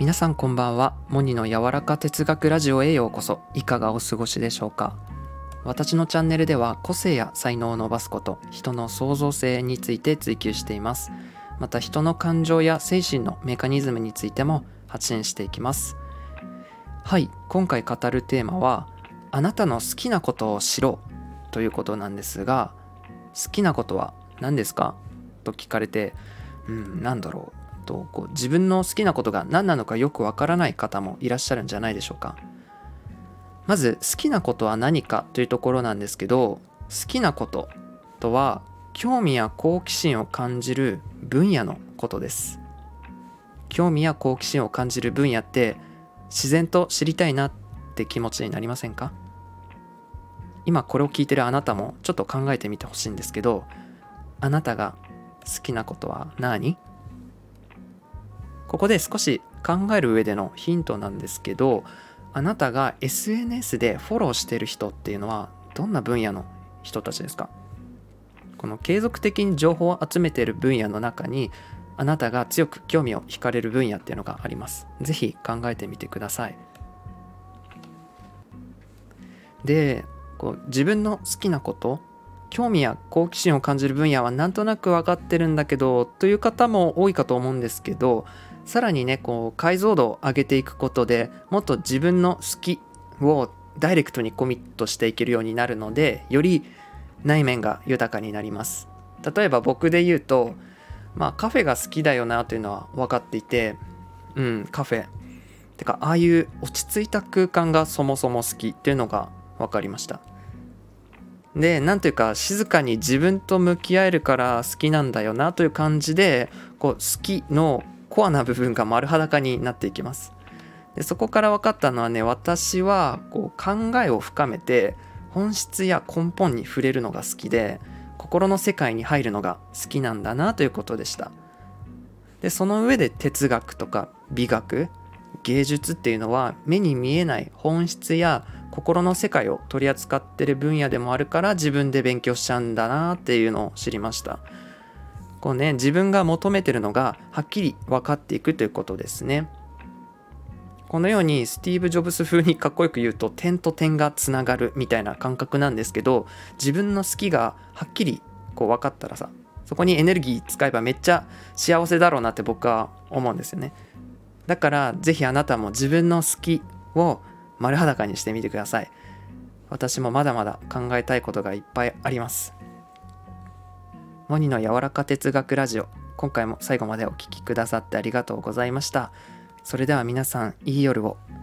皆さんこんばんは。モニの柔らか哲学ラジオへようこそ。いかがお過ごしでしょうか。私のチャンネルでは個性や才能を伸ばすこと、人の創造性について追求しています。また人の感情や精神のメカニズムについても発信していきます。はい、今回語るテーマはあなたの好きなことを知ろうということなんですが、好きなことは何ですかと聞かれて、なんだろうと自分の好きなことが何なのかよくわからない方もいらっしゃるんじゃないでしょうか。まず好きなことは何かというところなんですけど、好きなこととは興味や好奇心を感じる分野のことです。興味や好奇心を感じる分野って自然と知りたいなって気持ちになりませんか？今これを聞いてるあなたもちょっと考えてみてほしいんですけど、あなたが好きなことは何？ここで少し考える上でのヒントなんですけど、あなたが SNS でフォローしている人っていうのはどんな分野の人たちですか？この継続的に情報を集めている分野の中にあなたが強く興味を惹かれる分野っていうのがあります。ぜひ考えてみてください。で、自分の好きなこと、興味や好奇心を感じる分野はなんとなく分かってるんだけどという方も多いかと思うんですけど、さらにね解像度を上げていくことでもっと自分の好きをダイレクトにコミットしていけるようになるので、より内面が豊かになります。例えば僕で言うと、カフェが好きだよなというのは分かっていて、カフェてかああいう落ち着いた空間がそもそも好きっていうのが分かりました。で、なんというか静かに自分と向き合えるから好きなんだよなという感じで、好きのコアな部分が丸裸になっていきます。で、そこから分かったのはね、私は考えを深めて本質や根本に触れるのが好きで、心の世界に入るのが好きなんだなということでした。で、その上で哲学とか美学、芸術っていうのは目に見えない本質や心の世界を取り扱っている分野でもあるから自分で勉強しちゃうんだなっていうのを知りました。自分が求めてるのがはっきり分かっていくということですね。このようにスティーブ・ジョブス風にかっこよく言うと点と点がつながるみたいな感覚なんですけど、自分の好きがはっきり分かったらさ、そこにエネルギー使えばめっちゃ幸せだろうなって僕は思うんですよね。だからぜひあなたも自分の好きを丸裸にしてみてください。私もまだまだ考えたいことがいっぱいあります。モニの柔らか哲学ラジオ、今回も最後までお聞きくださってありがとうございました。それでは皆さん、いい夜を。